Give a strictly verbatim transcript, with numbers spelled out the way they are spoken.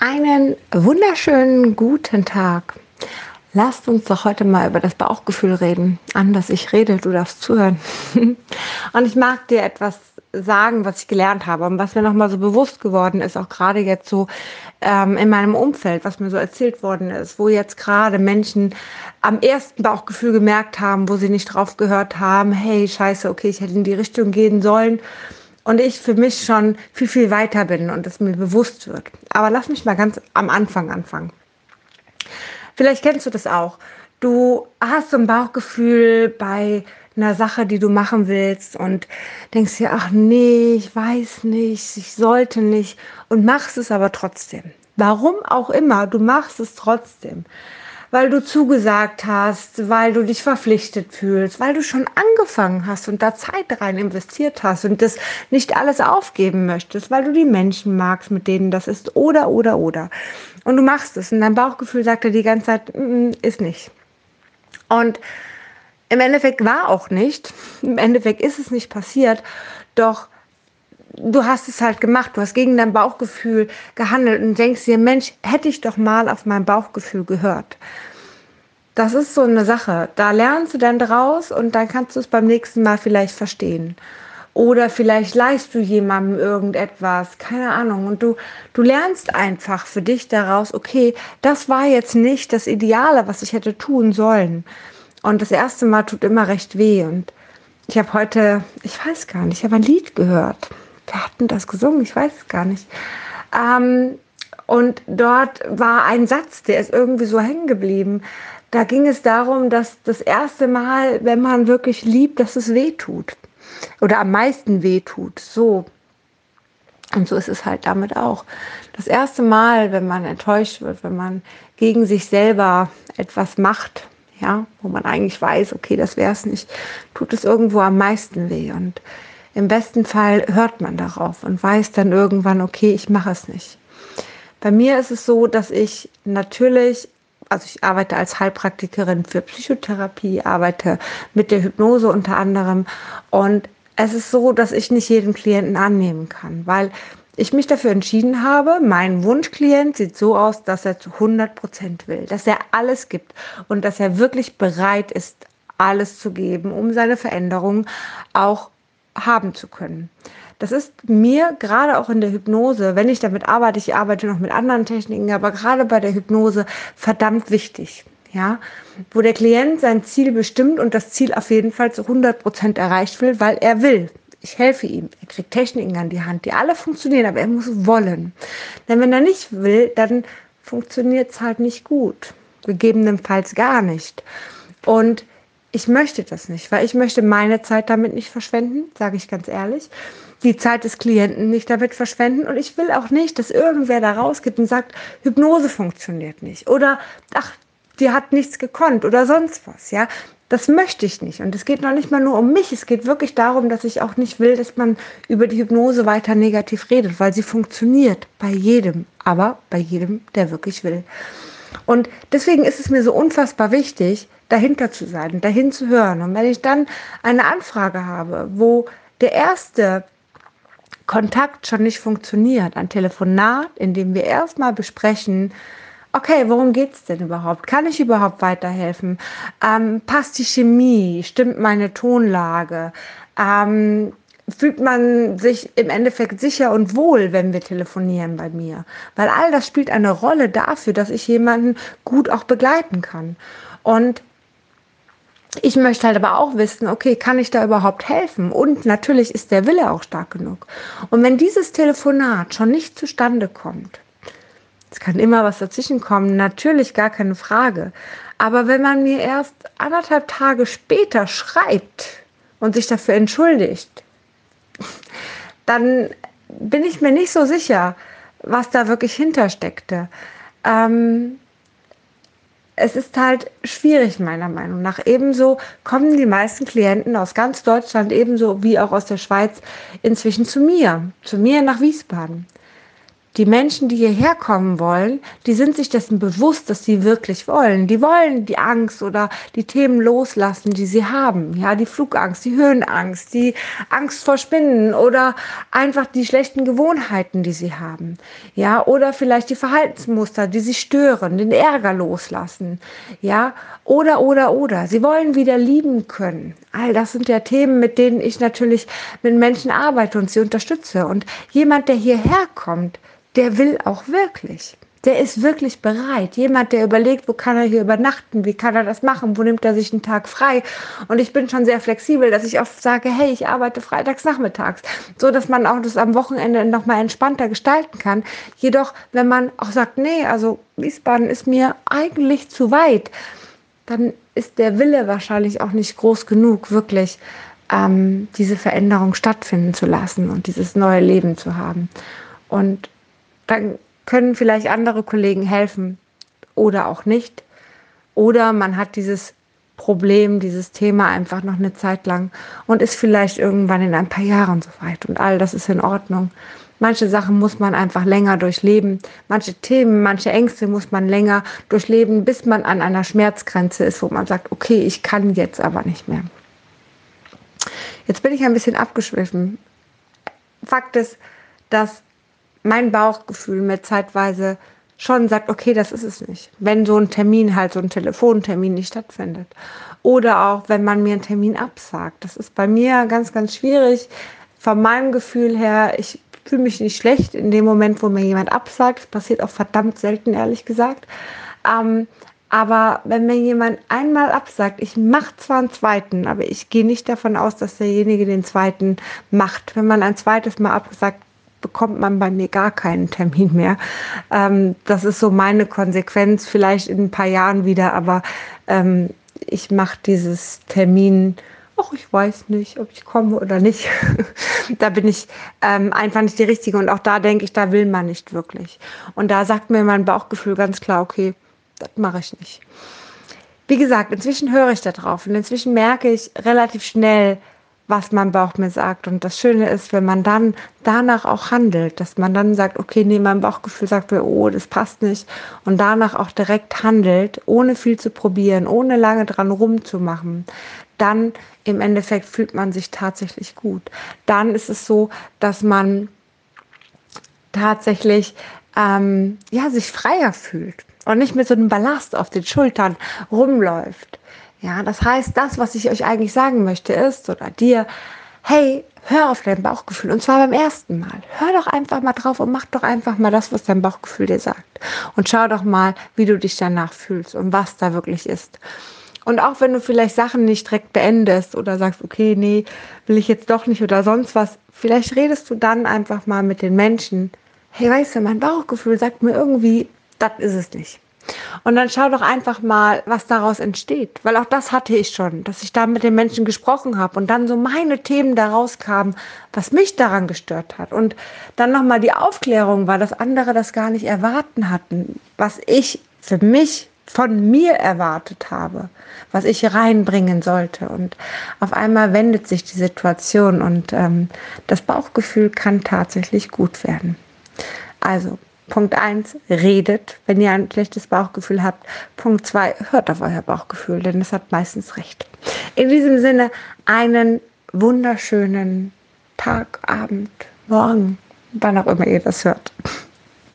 Einen wunderschönen guten Tag. Lasst uns doch heute mal über das Bauchgefühl reden. Anders ich rede, du darfst zuhören. Und ich mag dir etwas sagen, was ich gelernt habe und was mir nochmal so bewusst geworden ist, auch gerade jetzt so ähm, in meinem Umfeld, was mir so erzählt worden ist, wo jetzt gerade Menschen am ersten Bauchgefühl gemerkt haben, wo sie nicht drauf gehört haben, hey, scheiße, okay, ich hätte in die Richtung gehen sollen. Und ich für mich schon viel, viel weiter bin und es mir bewusst wird. Aber lass mich mal ganz am Anfang anfangen. Vielleicht kennst du das auch. Du hast so ein Bauchgefühl bei einer Sache, die du machen willst und denkst dir, ach nee, ich weiß nicht, ich sollte nicht und machst es aber trotzdem. Warum auch immer, du machst es trotzdem. Weil du zugesagt hast, weil du dich verpflichtet fühlst, weil du schon angefangen hast und da Zeit rein investiert hast und das nicht alles aufgeben möchtest, weil du die Menschen magst, mit denen das ist, oder, oder, oder. Und du machst es und dein Bauchgefühl sagt dir die ganze Zeit, mm, ist nicht. Und im Endeffekt war auch nicht, im Endeffekt ist es nicht passiert, doch du hast es halt gemacht, du hast gegen dein Bauchgefühl gehandelt und denkst dir, Mensch, hätte ich doch mal auf mein Bauchgefühl gehört. Das ist so eine Sache. Da lernst du dann draus und dann kannst du es beim nächsten Mal vielleicht verstehen. Oder vielleicht leihst du jemandem irgendetwas, keine Ahnung. Und du, du lernst einfach für dich daraus, okay, das war jetzt nicht das Ideale, was ich hätte tun sollen. Und das erste Mal tut immer recht weh. Und ich habe heute, ich weiß gar nicht, ich habe ein Lied gehört. Wer hat denn das gesungen? Ich weiß es gar nicht. Ähm, und dort war ein Satz, der ist irgendwie so hängen geblieben. Da ging es darum, dass das erste Mal, wenn man wirklich liebt, dass es weh tut. Oder am meisten weh tut. So. Und so ist es halt damit auch. Das erste Mal, wenn man enttäuscht wird, wenn man gegen sich selber etwas macht, ja, wo man eigentlich weiß, okay, das wäre es nicht, tut es irgendwo am meisten weh. Und im besten Fall hört man darauf und weiß dann irgendwann, okay, ich mache es nicht. Bei mir ist es so, dass ich natürlich, also ich arbeite als Heilpraktikerin für Psychotherapie, arbeite mit der Hypnose unter anderem und es ist so, dass ich nicht jeden Klienten annehmen kann, weil ich mich dafür entschieden habe, mein Wunschklient sieht so aus, dass er zu hundert Prozent will, dass er alles gibt und dass er wirklich bereit ist, alles zu geben, um seine Veränderung auch haben zu können. Das ist mir gerade auch in der Hypnose, wenn ich damit arbeite, ich arbeite noch mit anderen Techniken, aber gerade bei der Hypnose verdammt wichtig, ja, wo der Klient sein Ziel bestimmt und das Ziel auf jeden Fall zu hundert Prozent erreicht will, weil er will. Ich helfe ihm. Er kriegt Techniken an die Hand, die alle funktionieren, aber er muss wollen. Denn wenn er nicht will, dann funktioniert es halt nicht gut. Gegebenenfalls gar nicht. Und ich möchte das nicht, weil ich möchte meine Zeit damit nicht verschwenden, sage ich ganz ehrlich. Die Zeit des Klienten nicht damit verschwenden und ich will auch nicht, dass irgendwer da rausgeht und sagt, Hypnose funktioniert nicht oder ach, die hat nichts gekonnt oder sonst was, ja. Das möchte ich nicht und es geht noch nicht mal nur um mich, es geht wirklich darum, dass ich auch nicht will, dass man über die Hypnose weiter negativ redet, weil sie funktioniert bei jedem, aber bei jedem, der wirklich will. Und deswegen ist es mir so unfassbar wichtig, dahinter zu sein, dahin zu hören. Und wenn ich dann eine Anfrage habe, wo der erste Kontakt schon nicht funktioniert, ein Telefonat, in dem wir erstmal besprechen, okay, worum geht es denn überhaupt? Kann ich überhaupt weiterhelfen? Ähm, passt die Chemie? Stimmt meine Tonlage? Ähm, fühlt man sich im Endeffekt sicher und wohl, wenn wir telefonieren bei mir? Weil all das spielt eine Rolle dafür, dass ich jemanden gut auch begleiten kann. Und ich möchte halt aber auch wissen, okay, kann ich da überhaupt helfen? Und natürlich ist der Wille auch stark genug. Und wenn dieses Telefonat schon nicht zustande kommt, es kann immer was dazwischen kommen, natürlich gar keine Frage. Aber wenn man mir erst anderthalb Tage später schreibt und sich dafür entschuldigt, dann bin ich mir nicht so sicher, was da wirklich hintersteckte. Ähm, es ist halt schwierig, meiner Meinung nach. Ebenso kommen die meisten Klienten aus ganz Deutschland, ebenso wie auch aus der Schweiz, inzwischen zu mir, zu mir nach Wiesbaden. die Menschen, die hierher kommen wollen, die sind sich dessen bewusst, dass sie wirklich wollen. Die wollen die Angst oder die Themen loslassen, die sie haben. Ja, die Flugangst, die Höhenangst, die Angst vor Spinnen oder einfach die schlechten Gewohnheiten, die sie haben. Ja, oder vielleicht die Verhaltensmuster, die sie stören, den Ärger loslassen. Ja, oder, oder, oder. Sie wollen wieder lieben können. All das sind ja Themen, mit denen ich natürlich mit Menschen arbeite und sie unterstütze. Und jemand, der hierher kommt, der will auch wirklich. Der ist wirklich bereit. Jemand, der überlegt, wo kann er hier übernachten, wie kann er das machen, wo nimmt er sich einen Tag frei. Und ich bin schon sehr flexibel, dass ich oft sage, hey, ich arbeite freitags nachmittags, so dass man auch das am Wochenende nochmal entspannter gestalten kann. Jedoch, wenn man auch sagt, nee, also Wiesbaden ist mir eigentlich zu weit, dann ist der Wille wahrscheinlich auch nicht groß genug, wirklich ähm, diese Veränderung stattfinden zu lassen und dieses neue Leben zu haben. Und dann können vielleicht andere Kollegen helfen oder auch nicht. Oder man hat dieses Problem, dieses Thema einfach noch eine Zeit lang und ist vielleicht irgendwann in ein paar Jahren so weit. Und all das ist in Ordnung. Manche Sachen muss man einfach länger durchleben. Manche Themen, manche Ängste muss man länger durchleben, bis man an einer Schmerzgrenze ist, wo man sagt, okay, ich kann jetzt aber nicht mehr. Jetzt bin ich ein bisschen abgeschwiffen. Fakt ist, dass mein Bauchgefühl mir zeitweise schon sagt, okay, das ist es nicht. Wenn so ein Termin halt, so ein Telefontermin nicht stattfindet. Oder auch, wenn man mir einen Termin absagt. Das ist bei mir ganz, ganz schwierig. Von meinem Gefühl her, ich fühle mich nicht schlecht in dem Moment, wo mir jemand absagt. Das passiert auch verdammt selten, ehrlich gesagt. Ähm, aber wenn mir jemand einmal absagt, ich mache zwar einen zweiten, aber ich gehe nicht davon aus, dass derjenige den zweiten macht. Wenn man ein zweites Mal absagt, bekommt man bei mir gar keinen Termin mehr. Ähm, das ist so meine Konsequenz, vielleicht in ein paar Jahren wieder, aber ähm, ich mache dieses Termin, ach, ich weiß nicht, ob ich komme oder nicht. Da bin ich ähm, einfach nicht die Richtige und auch da denke ich, da will man nicht wirklich. Und da sagt mir mein Bauchgefühl ganz klar, okay, das mache ich nicht. Wie gesagt, inzwischen höre ich da drauf und inzwischen merke ich relativ schnell, was mein Bauch mir sagt. Und das Schöne ist, wenn man dann danach auch handelt, dass man dann sagt, okay, nee, mein Bauchgefühl sagt mir, oh, das passt nicht. Und danach auch direkt handelt, ohne viel zu probieren, ohne lange dran rumzumachen. Dann im Endeffekt fühlt man sich tatsächlich gut. Dann ist es so, dass man tatsächlich ähm, ja, sich freier fühlt und nicht mit so einem Ballast auf den Schultern rumläuft. Ja, das heißt, das, was ich euch eigentlich sagen möchte, ist, oder dir, hey, hör auf dein Bauchgefühl und zwar beim ersten Mal. Hör doch einfach mal drauf und mach doch einfach mal das, was dein Bauchgefühl dir sagt. Und schau doch mal, wie du dich danach fühlst und was da wirklich ist. Und auch wenn du vielleicht Sachen nicht direkt beendest oder sagst, okay, nee, will ich jetzt doch nicht oder sonst was, vielleicht redest du dann einfach mal mit den Menschen. Hey, weißt du, mein Bauchgefühl sagt mir irgendwie, das ist es nicht. Und dann schau doch einfach mal, was daraus entsteht. Weil auch das hatte ich schon, dass ich da mit den Menschen gesprochen habe und dann so meine Themen daraus kamen, was mich daran gestört hat. Und dann nochmal die Aufklärung war, dass andere das gar nicht erwarten hatten, was ich für mich von mir erwartet habe, was ich reinbringen sollte. Und auf einmal wendet sich die Situation und ähm, das Bauchgefühl kann tatsächlich gut werden. Also, Punkt eins, redet, wenn ihr ein schlechtes Bauchgefühl habt. Punkt zwei, hört auf euer Bauchgefühl, denn es hat meistens recht. In diesem Sinne, einen wunderschönen Tag, Abend, Morgen, wann auch immer ihr das hört.